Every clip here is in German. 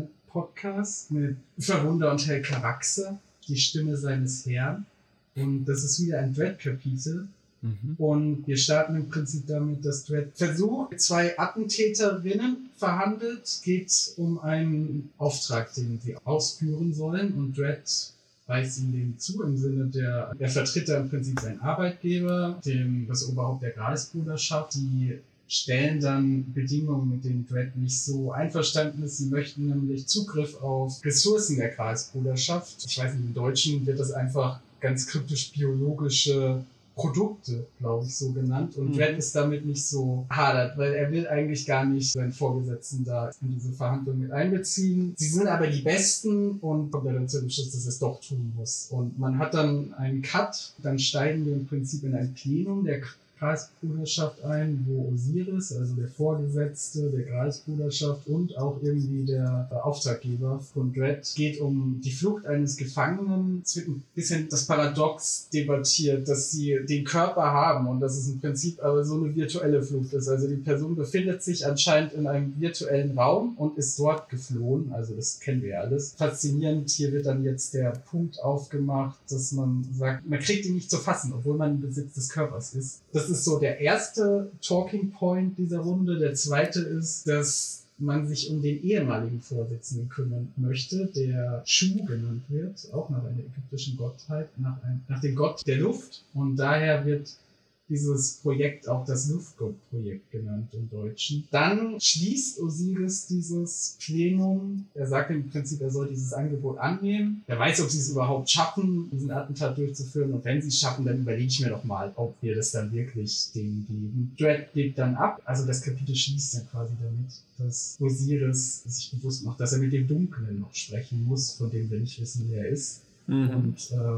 Podcast mit Verwunder und Helka Raxe, die Stimme seines Herrn. Und das ist wieder ein Dread-Kapitel. Und wir starten im Prinzip damit, dass Dread versucht, 2 Attentäterinnen verhandelt. Es geht um einen Auftrag, den sie ausführen sollen. Und Dread weist ihm den zu, im Sinne er vertritt da im Prinzip seinen Arbeitgeber, das Oberhaupt der Gralsbruderschaft. Die stellen dann Bedingungen, mit denen Dread nicht so einverstanden ist. Sie möchten nämlich Zugriff auf Ressourcen der Gralsbruderschaft. Ich weiß nicht, im Deutschen wird das einfach ganz kryptisch biologische Produkte, glaube ich, so genannt. Und Dread ist damit nicht so hadert, weil er will eigentlich gar nicht seinen Vorgesetzten da in diese Verhandlung mit einbeziehen. Sie sind aber die Besten und kommt dann zu dem Schluss, dass er es doch tun muss. Und man hat dann einen Cut, dann steigen wir im Prinzip in ein Plenum der Gralsbruderschaft ein, wo Osiris, also der Vorgesetzte der Gralsbruderschaft und auch irgendwie der Auftraggeber von Dread, geht um die Flucht eines Gefangenen. Es wird ein bisschen das Paradox debattiert, dass sie den Körper haben und dass es im Prinzip aber so eine virtuelle Flucht ist. Also die Person befindet sich anscheinend in einem virtuellen Raum und ist dort geflohen. Also das kennen wir ja alles. Faszinierend, hier wird dann jetzt der Punkt aufgemacht, dass man sagt, man kriegt ihn nicht zu fassen, obwohl man im Besitz des Körpers ist. Das ist so der erste Talking Point dieser Runde. Der zweite ist, dass man sich um den ehemaligen Vorsitzenden kümmern möchte, der Shu genannt wird, auch nach einer ägyptischen Gottheit, nach dem Gott der Luft. Und daher wird dieses Projekt auch das Luftgott-Projekt genannt im Deutschen. Dann schließt Osiris dieses Plenum. Er sagt im Prinzip, er soll dieses Angebot annehmen. Er weiß, ob sie es überhaupt schaffen, diesen Attentat durchzuführen. Und wenn sie es schaffen, dann überlege ich mir doch mal, ob wir das dann wirklich denen geben. Dread gibt dann ab. Also das Kapitel schließt dann quasi damit, dass Osiris sich bewusst macht, dass er mit dem Dunklen noch sprechen muss, von dem wir nicht wissen, wer er ist. Und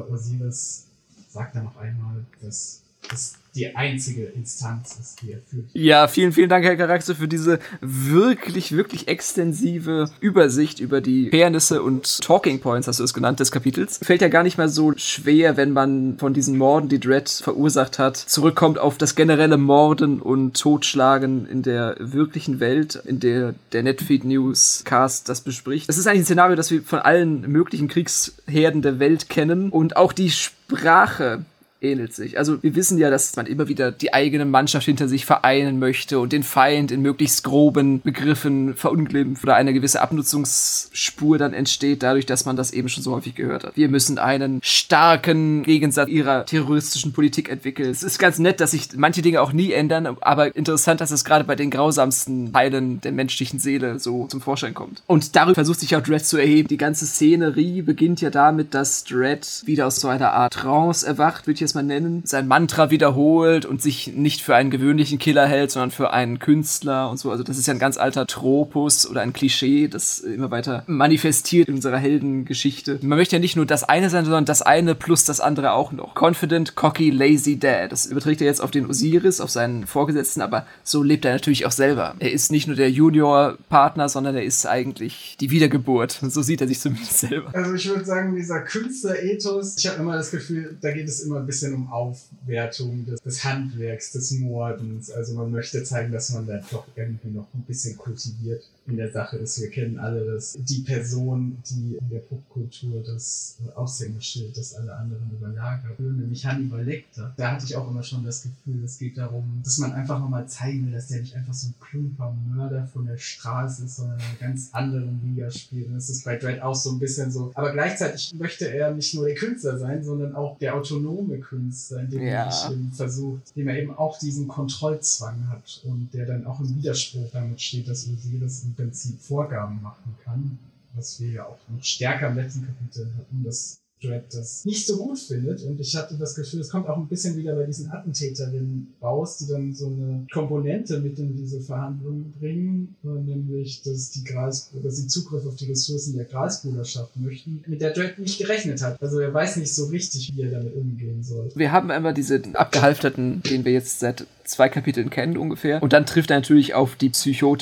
Osiris sagt dann noch einmal, dass das die einzige Instanz ist, die er führt. Ja, vielen, vielen Dank, Herr Karaxe, für diese wirklich, wirklich extensive Übersicht über die Fairnisse und Talking Points, hast du es genannt, des Kapitels. Fällt ja gar nicht mal so schwer, wenn man von diesen Morden, die Dread verursacht hat, zurückkommt auf das generelle Morden und Totschlagen in der wirklichen Welt, in der Netfeed News Cast das bespricht. Das ist eigentlich ein Szenario, das wir von allen möglichen Kriegsherden der Welt kennen und auch die Sprache ähnelt sich. Also wir wissen ja, dass man immer wieder die eigene Mannschaft hinter sich vereinen möchte und den Feind in möglichst groben Begriffen verunglimpft oder eine gewisse Abnutzungsspur dann entsteht, dadurch, dass man das eben schon so häufig gehört hat. Wir müssen einen starken Gegensatz ihrer terroristischen Politik entwickeln. Es ist ganz nett, dass sich manche Dinge auch nie ändern, aber interessant, dass es gerade bei den grausamsten Teilen der menschlichen Seele so zum Vorschein kommt. Und darüber versucht sich auch Dread zu erheben. Die ganze Szenerie beginnt ja damit, dass Dread wieder aus so einer Art Trance erwacht, würde ich jetzt mal nennen, sein Mantra wiederholt und sich nicht für einen gewöhnlichen Killer hält, sondern für einen Künstler und so. Also das ist ja ein ganz alter Tropus oder ein Klischee, das immer weiter manifestiert in unserer Heldengeschichte. Man möchte ja nicht nur das eine sein, sondern das eine plus das andere auch noch. Confident, cocky, lazy dad. Das überträgt er jetzt auf den Osiris, auf seinen Vorgesetzten, aber so lebt er natürlich auch selber. Er ist nicht nur der Junior-Partner, sondern er ist eigentlich die Wiedergeburt. So sieht er sich zumindest selber. Also ich würde sagen, dieser Künstlerethos, ich habe immer das Gefühl, da geht es immer ein bisschen um Aufwertung des Handwerks, des Mordens. Also man möchte zeigen, dass man da doch irgendwie noch ein bisschen kultiviert in der Sache ist. Wir kennen alle die Person, die in der Popkultur das Aushängeschild, das alle anderen überlagert, nämlich Hannibal Lecter. Da hatte ich auch immer schon das Gefühl, es geht darum, dass man einfach nochmal zeigen will, dass der nicht einfach so ein plumper Mörder von der Straße ist, sondern in einer ganz anderen Liga spielt. Und das ist bei Dread auch so ein bisschen so. Aber gleichzeitig möchte er nicht nur der Künstler sein, sondern auch der autonome Künstler, indem er versucht, indem er eben auch diesen Kontrollzwang hat und der dann auch im Widerspruch damit steht, dass Osiris im Prinzip Vorgaben machen kann, was wir ja auch noch stärker im letzten Kapitel hatten, dass Dread das nicht so gut findet. Und ich hatte das Gefühl, es kommt auch ein bisschen wieder bei diesen Attentäterinnen raus, die dann so eine Komponente mit in diese Verhandlungen bringen, nämlich, dass sie Zugriff auf die Ressourcen der Gralsbruderschaft möchten, mit der Dread nicht gerechnet hat. Also er weiß nicht so richtig, wie er damit umgehen soll. Wir haben einmal diese abgehalfterten, denen wir jetzt seit 2 Kapiteln kennen ungefähr. Und dann trifft er natürlich auf die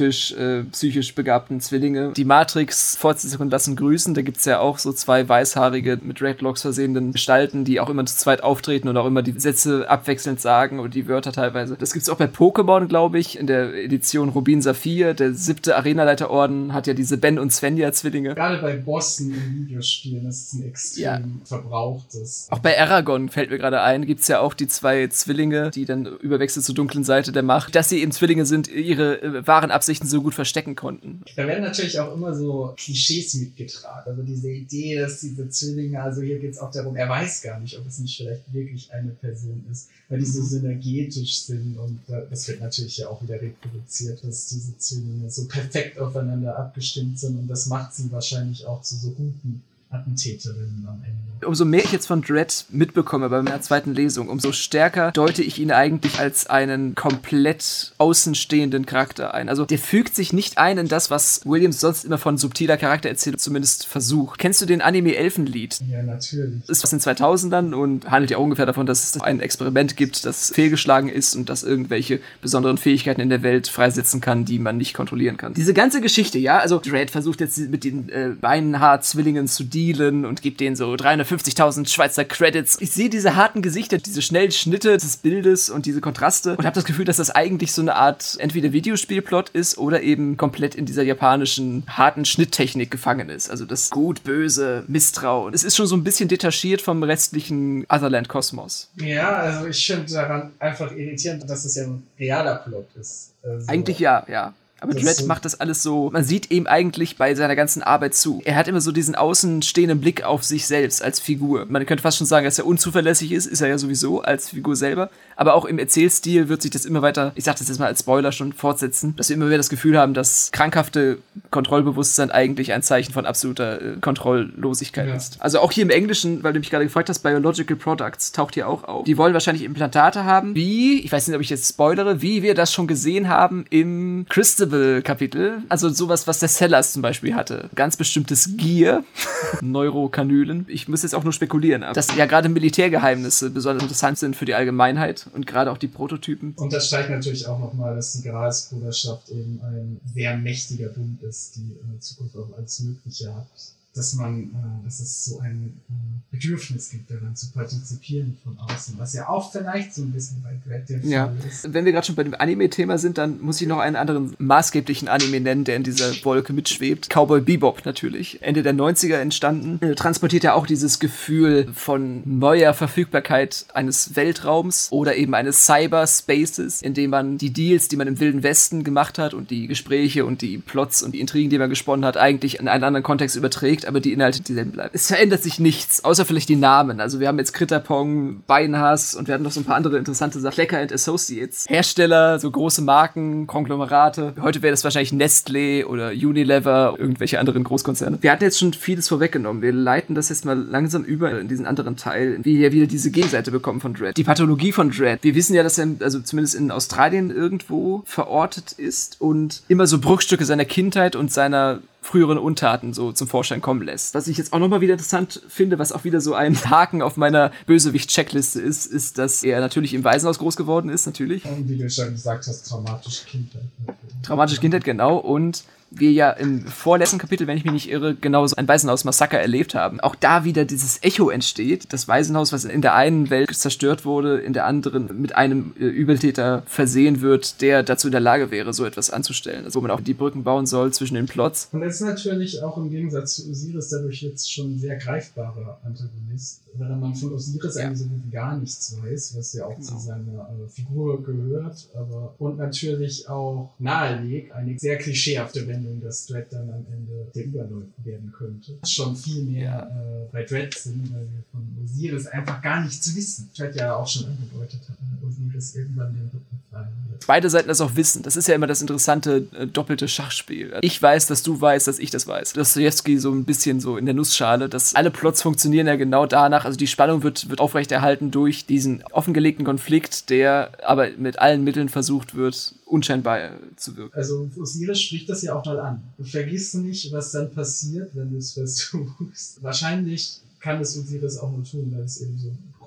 psychisch begabten Zwillinge. Die Matrix-Fortsetzungen lassen grüßen. Da gibt es ja auch so 2 weißhaarige, mit Dreadlocks versehenen Gestalten, die auch immer zu zweit auftreten und auch immer die Sätze abwechselnd sagen oder die Wörter teilweise. Das gibt es auch bei Pokémon, glaube ich, in der Edition Rubin Saphir. Der 7. Arenaleiterorden hat ja diese Ben- und Svenja-Zwillinge. Gerade bei Bossen in Videospielen ist es ein extrem verbrauchtes. Auch bei Eragon fällt mir gerade ein, gibt es ja auch die 2 Zwillinge, die dann überwechseln zur dunklen Seite der Macht, dass sie eben Zwillinge sind, ihre wahren Absichten so gut verstecken konnten. Da werden natürlich auch immer so Klischees mitgetragen. Also diese Idee, dass diese Zwillinge, also hier geht es auch darum, er weiß gar nicht, ob es nicht vielleicht wirklich eine Person ist, weil die so synergetisch sind und das wird natürlich ja auch wieder reproduziert, dass diese Zwillinge so perfekt aufeinander abgestimmt sind und das macht sie wahrscheinlich auch zu so guten Attentäterinnen am Ende. Umso mehr ich jetzt von Dredd mitbekomme bei meiner zweiten Lesung, umso stärker deute ich ihn eigentlich als einen komplett außenstehenden Charakter ein. Also der fügt sich nicht ein in das, was Williams sonst immer von subtiler Charaktererzählung zumindest versucht. Kennst du den Anime Elfenlied? Ja, natürlich. Ist was in 2000ern und handelt ja ungefähr davon, dass es ein Experiment gibt, das fehlgeschlagen ist und das irgendwelche besonderen Fähigkeiten in der Welt freisetzen kann, die man nicht kontrollieren kann. Diese ganze Geschichte, ja, also Dredd versucht jetzt mit den Beinhaar-Zwillingen zu dealen und gibt denen so 350.000 Schweizer Credits. Ich sehe diese harten Gesichter, diese schnellen Schnitte des Bildes und diese Kontraste und habe das Gefühl, dass das eigentlich so eine Art entweder Videospielplot ist oder eben komplett in dieser japanischen harten Schnitttechnik gefangen ist. Also das Gut, Böse, Misstrauen. Es ist schon so ein bisschen detachiert vom restlichen Otherland-Kosmos. Ja, also ich finde daran einfach irritierend, dass es ja ein realer Plot ist. Also eigentlich ja. Aber Dredd macht das alles so, man sieht ihm eigentlich bei seiner ganzen Arbeit zu. Er hat immer so diesen außenstehenden Blick auf sich selbst als Figur. Man könnte fast schon sagen, dass er unzuverlässig ist er ja sowieso als Figur selber. Aber auch im Erzählstil wird sich das immer weiter, ich sag das jetzt mal als Spoiler schon, fortsetzen, dass wir immer wieder das Gefühl haben, dass krankhafte Kontrollbewusstsein eigentlich ein Zeichen von absoluter Kontrolllosigkeit ist. Also auch hier im Englischen, weil du mich gerade gefragt hast, Biological Products taucht hier auch auf. Die wollen wahrscheinlich Implantate haben, ich weiß nicht, ob ich jetzt spoilere, wie wir das schon gesehen haben im Kapitel, also sowas, was der Sellers zum Beispiel hatte. Ganz bestimmtes Gier, Neurokanülen. Ich muss jetzt auch nur spekulieren, dass ja gerade Militärgeheimnisse besonders interessant sind für die Allgemeinheit und gerade auch die Prototypen. Und das zeigt natürlich auch nochmal, dass die Gralsbruderschaft eben ein sehr mächtiger Bund ist, die in Zukunft auch alles Mögliche hat. Dass es so ein Bedürfnis gibt, daran zu partizipieren von außen, was ja auch vielleicht so ein bisschen bei Dredd der Fall ist. Wenn wir gerade schon bei dem Anime-Thema sind, dann muss ich noch einen anderen maßgeblichen Anime nennen, der in dieser Wolke mitschwebt. Cowboy Bebop natürlich. Ende der 90er entstanden. Transportiert ja auch dieses Gefühl von neuer Verfügbarkeit eines Weltraums oder eben eines Cyberspaces, in dem man die Deals, die man im Wilden Westen gemacht hat und die Gespräche und die Plots und die Intrigen, die man gesponnen hat, eigentlich in einen anderen Kontext überträgt, aber die Inhalte dieselben bleiben. Es verändert sich nichts, außer vielleicht die Namen. Also wir haben jetzt Kritterpong, Beinhass und wir hatten noch so ein paar andere interessante Sachen. Klecker & Associates. Hersteller, so große Marken, Konglomerate. Heute wäre das wahrscheinlich Nestlé oder Unilever, irgendwelche anderen Großkonzerne. Wir hatten jetzt schon vieles vorweggenommen. Wir leiten das jetzt mal langsam über in diesen anderen Teil, wie wir wieder diese Gegenseite bekommen von Dredd. Die Pathologie von Dredd. Wir wissen ja, dass er also zumindest in Australien irgendwo verortet ist und immer so Bruchstücke seiner Kindheit und seiner früheren Untaten so zum Vorschein kommen lässt. Was ich jetzt auch nochmal wieder interessant finde, was auch wieder so ein Haken auf meiner Bösewicht-Checkliste ist, dass er natürlich im Waisenhaus groß geworden ist, natürlich. Und wie du schon gesagt hast, traumatische Kindheit. Traumatische Kindheit, genau. Und wir ja im vorletzten Kapitel, wenn ich mich nicht irre, genauso ein Waisenhaus-Massaker erlebt haben. Auch da wieder dieses Echo entsteht. Das Waisenhaus, was in der einen Welt zerstört wurde, in der anderen mit einem Übeltäter versehen wird, der dazu in der Lage wäre, so etwas anzustellen. Also wo man auch die Brücken bauen soll zwischen den Plots. Und er ist natürlich auch im Gegensatz zu Osiris dadurch jetzt schon ein sehr greifbarer Antagonist. Weil man von Osiris eigentlich so gut wie gar nichts weiß, was ja auch zu seiner Figur gehört. Und natürlich auch nahelegt, eine sehr klischeehafte Wendung, dass Dredd dann am Ende der Überläufer werden könnte. Schon viel mehr bei Dredd sind, weil wir von Osiris einfach gar nichts wissen. Dredd ja auch schon angedeutet hat, Osiris irgendwann den Rücken fallen wird. Beide Seiten das auch wissen. Das ist ja immer das interessante doppelte Schachspiel. Ich weiß, dass du weißt, dass ich das weiß. Dostoevsky so ein bisschen so in der Nussschale, dass alle Plots funktionieren ja genau danach. Also die Spannung wird aufrechterhalten durch diesen offengelegten Konflikt, der aber mit allen Mitteln versucht wird, unscheinbar zu wirken. Also Osiris spricht das ja auch mal an. Du vergisst nicht, was dann passiert, wenn du es versuchst. Wahrscheinlich kann es Osiris auch nur tun, weil es eben so ein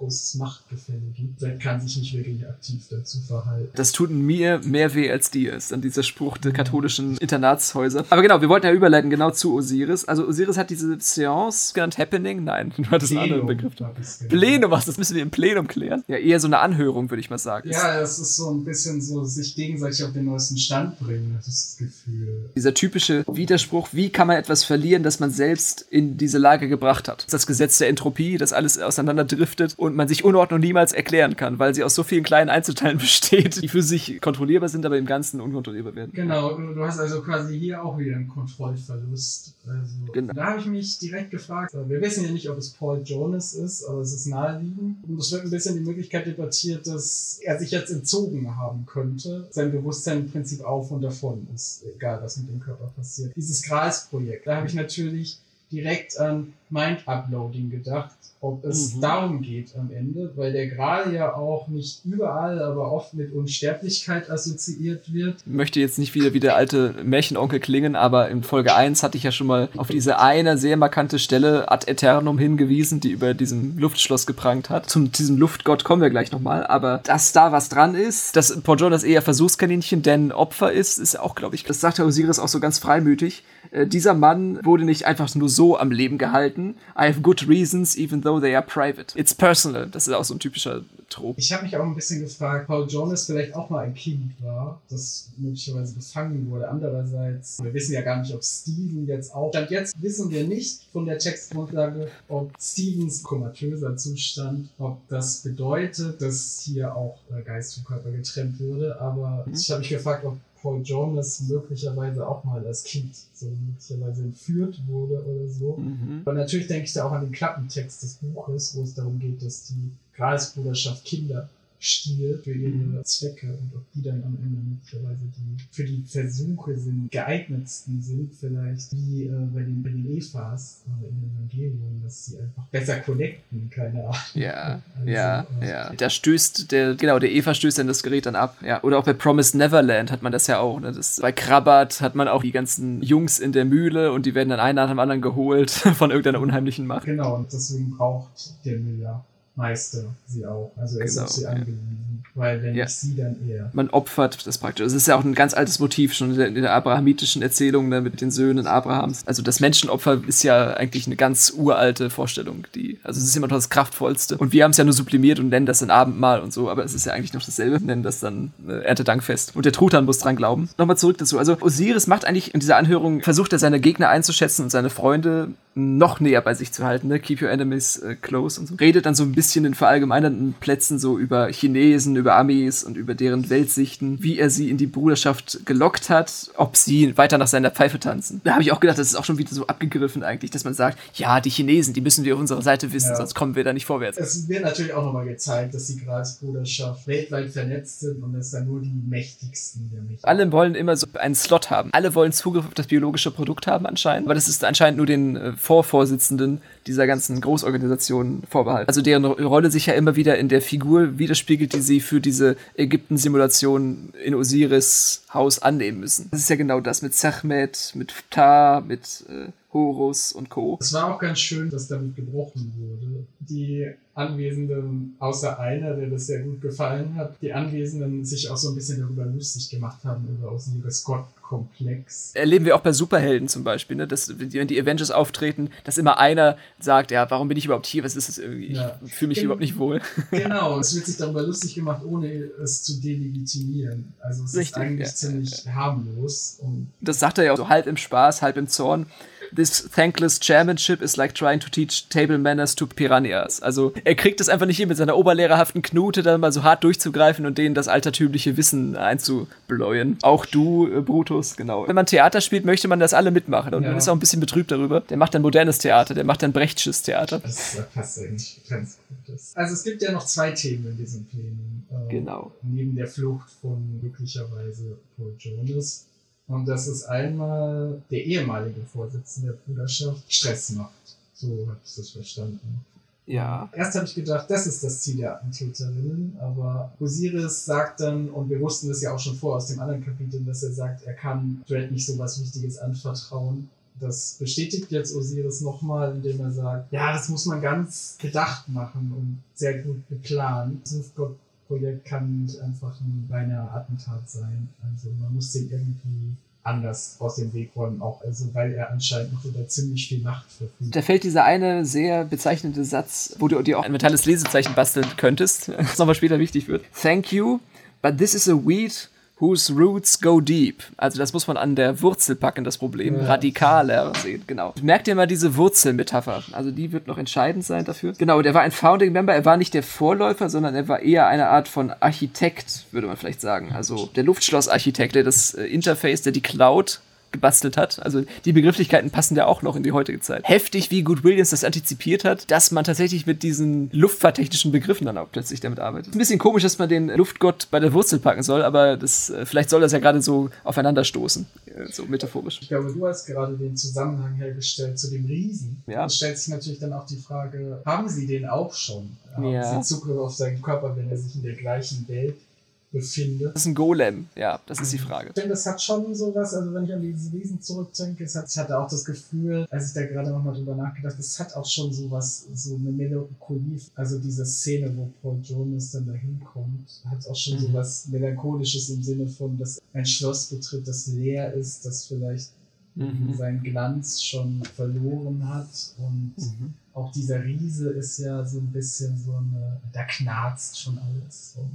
großes Machtgefälle gibt. Dredd kann sich nicht wirklich aktiv dazu verhalten. Das tut mir mehr weh als dir, ist dann dieser Spruch der katholischen Internatshäuser. Aber genau, wir wollten ja überleiten genau zu Osiris. Also Osiris hat diese Seance genannt Happening. Nein, du hattest einen anderen Begriff. Plenum, das müssen wir im Plenum klären. Ja, eher so eine Anhörung, würde ich mal sagen. Ja, das ist so ein bisschen so, sich gegenseitig auf den neuesten Stand bringen, das ist das Gefühl. Dieser typische Widerspruch, wie kann man etwas verlieren, das man selbst in diese Lage gebracht hat? Das Gesetz der Entropie, das alles auseinanderdriftet und man sich Unordnung niemals erklären kann, weil sie aus so vielen kleinen Einzelteilen besteht, die für sich kontrollierbar sind, aber im Ganzen unkontrollierbar werden. Genau, du hast also quasi hier auch wieder einen Kontrollverlust. Also, genau. Da habe ich mich direkt gefragt, wir wissen ja nicht, ob es Paul Jonas ist, aber es ist naheliegend. Und es wird ein bisschen die Möglichkeit debattiert, dass er sich jetzt entzogen haben könnte. Sein Bewusstsein im Prinzip auf und davon ist, egal was mit dem Körper passiert. Dieses Grals-Projekt, da habe ich natürlich direkt an Mind-Uploading gedacht, ob es darum geht am Ende, weil der Gral ja auch nicht überall, aber oft mit Unsterblichkeit assoziiert wird. Ich möchte jetzt nicht wieder wie der alte Märchenonkel klingen, aber in Folge 1 hatte ich ja schon mal auf diese eine sehr markante Stelle ad Eternum hingewiesen, die über diesem Luftschloss geprangt hat. Zu diesem Luftgott kommen wir gleich nochmal, aber dass da was dran ist, dass Paul Jonas eher Versuchskaninchen, denn Opfer ist auch, glaube ich, das sagt der Osiris auch so ganz freimütig, dieser Mann wurde nicht einfach nur so am Leben gehalten. I have good reasons, even though they are private. It's personal. Das ist auch so ein typischer Trop. Ich habe mich auch ein bisschen gefragt, Paul Jonas vielleicht auch mal ein Kind war, das möglicherweise gefangen wurde. Andererseits, wir wissen ja gar nicht, ob Steven jetzt auch... Stand jetzt wissen wir nicht von der Textgrundlage, ob Stevens komatöser Zustand, ob das bedeutet, dass hier auch Geist und Körper getrennt würde. Aber ich habe mich gefragt, ob Paul Jonas möglicherweise auch mal als Kind so möglicherweise entführt wurde oder so. Aber natürlich denke ich da auch an den Klappentext des Buches, wo es darum geht, dass die Gralsbruderschaft Kinder stiehlt für ihre Zwecke und ob die dann am Ende möglicherweise die für die Versuche geeignetsten sind, vielleicht wie bei den Evas in den Evangelien, dass sie einfach besser connecten, keine Ahnung. Ja. Da stößt der Eva stößt dann das Gerät dann ab. Ja. Oder auch bei Promised Neverland hat man das ja auch. Ne? Bei Krabbat hat man auch die ganzen Jungs in der Mühle und die werden dann einer nach dem anderen geholt von irgendeiner unheimlichen Macht. Genau, und deswegen braucht der Müller Meister sie auch. Also er ist auf sie angewiesen. Weil wenn nicht sie, dann er. Man opfert das praktisch. Das ist ja auch ein ganz altes Motiv schon in der abrahamitischen Erzählung, ne, mit den Söhnen Abrahams. Also das Menschenopfer ist ja eigentlich eine ganz uralte Vorstellung. Also es ist immer noch das Kraftvollste. Und wir haben es ja nur sublimiert und nennen das ein Abendmahl und so, aber es ist ja eigentlich noch dasselbe. Wir nennen das dann Erntedankfest. Und der Truthahn muss dran glauben. Nochmal zurück dazu. Also Osiris macht eigentlich in dieser Anhörung, versucht er seine Gegner einzuschätzen und seine Freunde noch näher bei sich zu halten, ne? Keep your enemies close und so. Redet dann so ein bisschen in verallgemeinerten Plätzen so über Chinesen, über Amis und über deren Weltsichten, wie er sie in die Bruderschaft gelockt hat, ob sie weiter nach seiner Pfeife tanzen. Da habe ich auch gedacht, das ist auch schon wieder so abgegriffen eigentlich, dass man sagt, ja, die Chinesen, die müssen wir auf unserer Seite wissen, sonst kommen wir da nicht vorwärts. Es wird natürlich auch nochmal gezeigt, dass die Gralsbruderschaft weltweit vernetzt sind und es dann nur die Mächtigsten der Mächtigen. Alle wollen immer so einen Slot haben. Alle wollen Zugriff auf das biologische Produkt haben anscheinend, aber das ist anscheinend nur den Vorvorsitzenden dieser ganzen Großorganisationen vorbehalten. Also deren Rolle sich ja immer wieder in der Figur widerspiegelt, die sie für diese Ägypten-Simulation in Osiris Haus annehmen müssen. Das ist ja genau das mit Sekhmet, mit Ptah, mit Horus und Co. Es war auch ganz schön, dass damit gebrochen wurde. Die Anwesenden, außer einer, der das sehr gut gefallen hat, die Anwesenden sich auch so ein bisschen darüber lustig gemacht haben, über Osiris Gott-Komplex. Erleben wir auch bei Superhelden zum Beispiel, ne? Dass, wenn die Avengers auftreten, dass immer einer sagt, ja, warum bin ich überhaupt hier, was ist das irgendwie, ich fühle mich überhaupt nicht wohl. Genau, es wird sich darüber lustig gemacht, ohne es zu delegitimieren. Also es ist eigentlich ziemlich harmlos. Und das sagt er ja auch so halb im Spaß, halb im Zorn. This thankless chairmanship is like trying to teach table manners to piranhas. Also er kriegt es einfach nicht hin, mit seiner oberlehrerhaften Knute dann mal so hart durchzugreifen und denen das altertümliche Wissen einzubläuen. Auch du, Brutus, genau. Wenn man Theater spielt, möchte man, dass alle mitmachen. Und man ist auch ein bisschen betrübt darüber. Der macht dann modernes Theater, der macht dann Brechtsches Theater. Das passt eigentlich ganz gut. Also es gibt ja noch 2 Themen in diesem Plenum. Genau. Neben der Flucht von möglicherweise Paul Jonas. Und das ist einmal der ehemalige Vorsitzende der Bruderschaft Stress macht. So habe ich das verstanden. Ja. Erst habe ich gedacht, das ist das Ziel der Attentäterinnen, aber Osiris sagt dann, und wir wussten das ja auch schon vor aus dem anderen Kapitel, dass er sagt, er kann Dredd nicht so was Wichtiges anvertrauen, das bestätigt jetzt Osiris nochmal, indem er sagt, ja, das muss man ganz bedacht machen und sehr gut geplant. Das Luftgott-Projekt kann nicht einfach ein reiner Attentat sein. Also man muss den irgendwie anders aus dem Weg räumen, auch also weil er anscheinend noch über ziemlich viel Macht verfügt. Da fällt dieser eine sehr bezeichnende Satz, wo du dir auch ein metalles Lesezeichen basteln könntest, das nochmal später wichtig wird. Thank you, but this is a weed whose roots go deep. Also das muss man an der Wurzel packen, das Problem. Ja. Radikaler sehen, genau. Merkt ihr mal diese Wurzelmetapher. Also die wird noch entscheidend sein dafür. Genau, der war ein Founding Member. Er war nicht der Vorläufer, sondern er war eher eine Art von Architekt, würde man vielleicht sagen. Also der Luftschlossarchitekt, der das Interface, der die Cloud gebastelt hat. Also die Begrifflichkeiten passen ja auch noch in die heutige Zeit. Heftig, wie gut Williams das antizipiert hat, dass man tatsächlich mit diesen luftfahrttechnischen Begriffen dann auch plötzlich damit arbeitet. Ein bisschen komisch, dass man den Luftgott bei der Wurzel packen soll, aber vielleicht soll das ja gerade so aufeinander stoßen, so metaphorisch. Ich glaube, du hast gerade den Zusammenhang hergestellt zu dem Riesen. Ja. Da stellt sich natürlich dann auch die Frage, haben sie den auch schon? Haben sie Zugriff auf seinen Körper, wenn er sich in der gleichen Welt befindet? Das ist ein Golem, ja, das ist die Frage. Ich finde, das hat schon sowas, also wenn ich an diesen Riesen zurückdenke, ich hatte auch das Gefühl, als ich da gerade nochmal drüber nachgedacht, es hat auch schon sowas, so eine Melancholie, also diese Szene, wo Paul Jonas dann da hinkommt, hat auch schon sowas Melancholisches im Sinne von, dass ein Schloss betritt, das leer ist, das vielleicht seinen Glanz schon verloren hat und auch dieser Riese ist ja so ein bisschen so da knarzt schon alles so.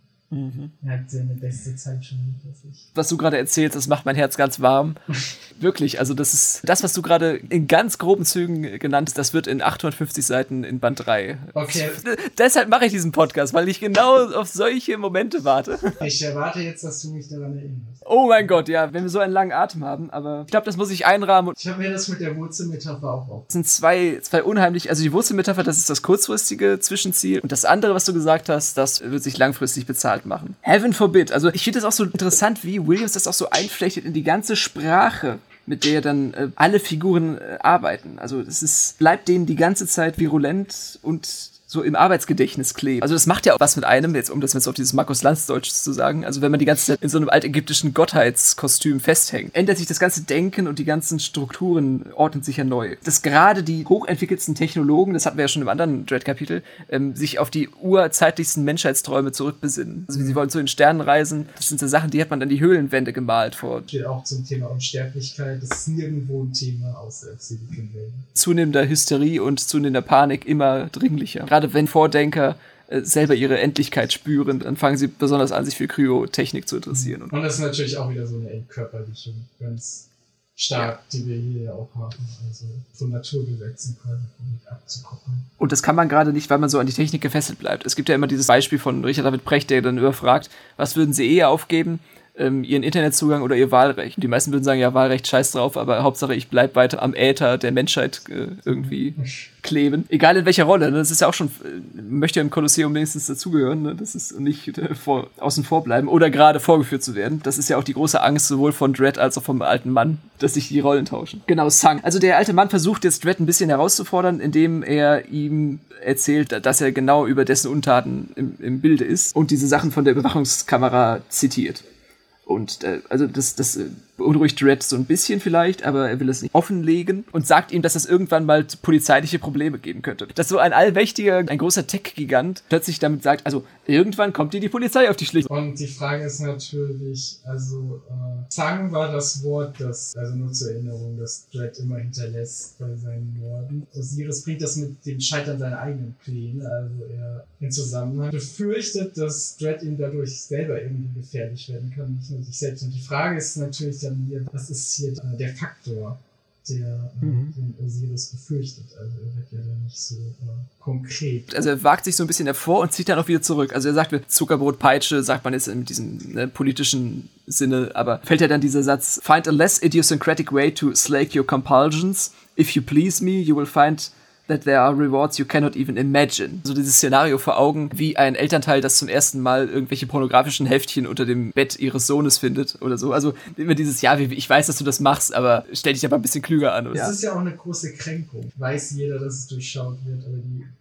Er hat seine beste Zeit schon hinter sich. Was du gerade erzählst, das macht mein Herz ganz warm. Wirklich, also das ist das, was du gerade in ganz groben Zügen genannt hast, das wird in 850 Seiten in Band 3. Okay. Deshalb mache ich diesen Podcast, weil ich genau auf solche Momente warte. Ich erwarte jetzt, dass du mich daran erinnerst. Oh mein Gott, ja, wenn wir so einen langen Atem haben, aber ich glaube, das muss ich einrahmen. Ich habe mir das mit der Wurzelmetapher auch auf. Das sind zwei unheimlich, also die Wurzelmetapher, das ist das kurzfristige Zwischenziel und das andere, was du gesagt hast, das wird sich langfristig bezahlt machen. Heaven forbid. Also ich finde das auch so interessant, wie Williams das auch so einflechtet in die ganze Sprache, mit der dann alle Figuren arbeiten. Also bleibt denen die ganze Zeit virulent und so im Arbeitsgedächtnis kleben. Also das macht ja auch was mit einem, jetzt um das jetzt auf dieses Markus Lanz-Deutsch zu sagen, also wenn man die ganze Zeit in so einem altägyptischen Gottheitskostüm festhängt, ändert sich das ganze Denken und die ganzen Strukturen ordnen sich ja neu. Dass gerade die hochentwickelten Technologen, das hatten wir ja schon im anderen Dread-Kapitel, sich auf die urzeitlichsten Menschheitsträume zurückbesinnen. Also sie wollen zu den Sternen reisen, das sind so Sachen, die hat man an die Höhlenwände gemalt vor. Steht auch zum Thema Unsterblichkeit, das ist nirgendwo ein Thema außer Silicon Valley. Zunehmender Hysterie und zunehmender Panik immer dringlicher. Gerade wenn Vordenker selber ihre Endlichkeit spüren, dann fangen sie besonders an, sich für Kryotechnik zu interessieren. Und das ist natürlich auch wieder so eine Entkörperlichung, ganz stark, die wir hier ja auch haben. Also von Naturgesetzen quasi abzukoppeln. Und das kann man gerade nicht, weil man so an die Technik gefesselt bleibt. Es gibt ja immer dieses Beispiel von Richard David Precht, der dann überfragt, was würden sie eher aufgeben? Ihren Internetzugang oder ihr Wahlrecht. Die meisten würden sagen, ja, Wahlrecht, scheiß drauf, aber Hauptsache, ich bleib weiter am Äther der Menschheit irgendwie kleben. Egal in welcher Rolle, ne? Das ist ja auch schon, möchte ja im Kolosseum wenigstens dazugehören, ne? Das ist nicht außen vor bleiben oder gerade vorgeführt zu werden. Das ist ja auch die große Angst sowohl von Dredd als auch vom alten Mann, dass sich die Rollen tauschen. Genau, Sang. Also der alte Mann versucht jetzt Dredd ein bisschen herauszufordern, indem er ihm erzählt, dass er genau über dessen Untaten im Bilde ist und diese Sachen von der Überwachungskamera zitiert. Und also das beunruhigt Dredd so ein bisschen vielleicht, aber er will es nicht offenlegen und sagt ihm, dass es irgendwann mal polizeiliche Probleme geben könnte. Dass so ein allmächtiger, ein großer Tech-Gigant plötzlich damit sagt, also irgendwann kommt dir die Polizei auf die Schliche. Und die Frage ist natürlich, also Zang war das Wort, also nur zur Erinnerung, das Dredd immer hinterlässt bei seinen Worten. Osiris bringt das mit dem Scheitern seiner eigenen Pläne, also er in Zusammenhang befürchtet, dass Dredd ihm dadurch selber irgendwie gefährlich werden kann, nicht nur sich selbst. Und die Frage ist natürlich dann hier, was ist hier der Faktor, der den Osiris befürchtet. Also er wird ja dann nicht so konkret. Also er wagt sich so ein bisschen hervor und zieht dann auch wieder zurück. Also er sagt, Zuckerbrot, Peitsche, sagt man jetzt in diesem politischen Sinne, aber fällt ja dann dieser Satz, find a less idiosyncratic way to slake your compulsions. If you please me, you will find that there are rewards you cannot even imagine. So dieses Szenario vor Augen, wie ein Elternteil, das zum ersten Mal irgendwelche pornografischen Heftchen unter dem Bett ihres Sohnes findet oder so. Also immer dieses, ja, ich weiß, dass du das machst, aber stell dich aber ein bisschen klüger an. Oder? Das ist ja auch eine große Kränkung. Weiß jeder, dass es durchschaut wird, aber die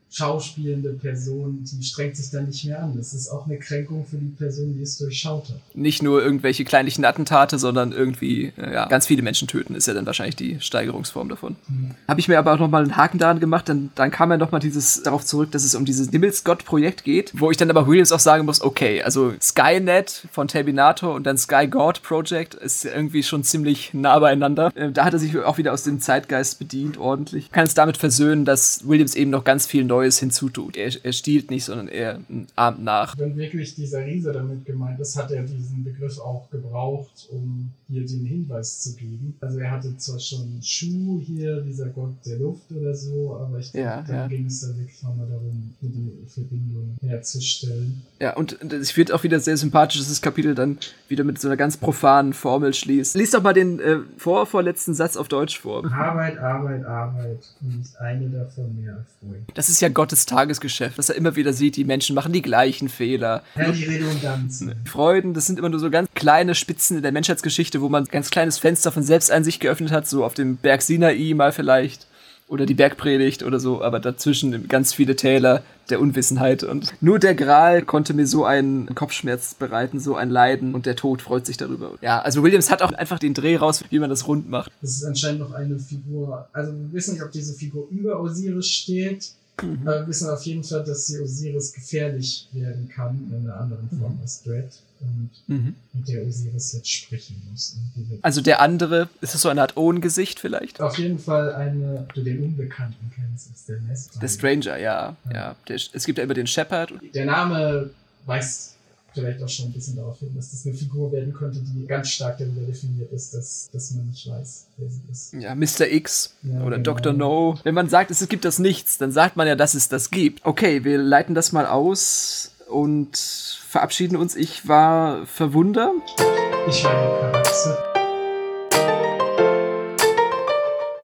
schauspielende Person, die strengt sich dann nicht mehr an. Das ist auch eine Kränkung für die Person, die es durchschaut hat. Nicht nur irgendwelche kleinlichen Attentate, sondern irgendwie ganz viele Menschen töten, ist ja dann wahrscheinlich die Steigerungsform davon. Habe ich mir aber auch nochmal einen Haken daran gemacht, dann kam ja nochmal darauf zurück, dass es um dieses Himmelsgott-Projekt geht, wo ich dann aber Williams auch sagen muss, okay, also Skynet von Terminator und dann Sky God Project ist irgendwie schon ziemlich nah beieinander. Da hat er sich auch wieder aus dem Zeitgeist bedient, ordentlich. Kann es damit versöhnen, dass Williams eben noch ganz viel Neues hinzutut. Er stiehlt nicht, sondern er ahmt nach. Wenn wirklich dieser Riese damit gemeint ist, hat er diesen Begriff auch gebraucht, um hier den Hinweis zu geben. Also er hatte zwar schon Shu hier, dieser Gott der Luft oder so, aber ich glaube, dann ging es da wirklich nochmal darum, die Verbindung herzustellen. Ja, und es wird auch wieder sehr sympathisch, dass das Kapitel dann wieder mit so einer ganz profanen Formel schließt. Lies doch mal den vorletzten Satz auf Deutsch vor. Arbeit, Arbeit, Arbeit und nicht eine davon mehr erfreut. Das ist ja Gottes Tagesgeschäft, dass er immer wieder sieht, die Menschen machen die gleichen Fehler. Ja, die Redundanzen. Freuden, das sind immer nur so ganz kleine Spitzen in der Menschheitsgeschichte, wo man ein ganz kleines Fenster von Selbsteinsicht geöffnet hat, so auf dem Berg Sinai mal vielleicht. Oder die Bergpredigt oder so, aber dazwischen ganz viele Täler der Unwissenheit. Und nur der Gral konnte mir so einen Kopfschmerz bereiten, so ein Leiden, und der Tod freut sich darüber. Ja, also Williams hat auch einfach den Dreh raus, wie man das rund macht. Das ist anscheinend noch eine Figur, also wir wissen nicht, ob diese Figur über Osiris steht, aber wir wissen auf jeden Fall, dass sie Osiris gefährlich werden kann, in einer anderen Form als Dread. Und mit der Osiris jetzt sprechen muss. Also der andere, ist das so eine Art Ohngesicht vielleicht? Auf jeden Fall eine, du den Unbekannten kennst, ist der Nest. Der Stranger, ja. Es gibt ja immer den Shepherd. Der Name weist vielleicht auch schon ein bisschen darauf hin, dass das eine Figur werden könnte, die ganz stark darüber definiert ist, dass man nicht weiß, wer sie ist. Ja, Mr. X oder genau. Dr. No. Wenn man sagt, es gibt das nichts, dann sagt man ja, dass es das gibt. Okay, wir leiten das mal aus und verabschieden uns. Ich war Verwunder. Ich war Karaxe.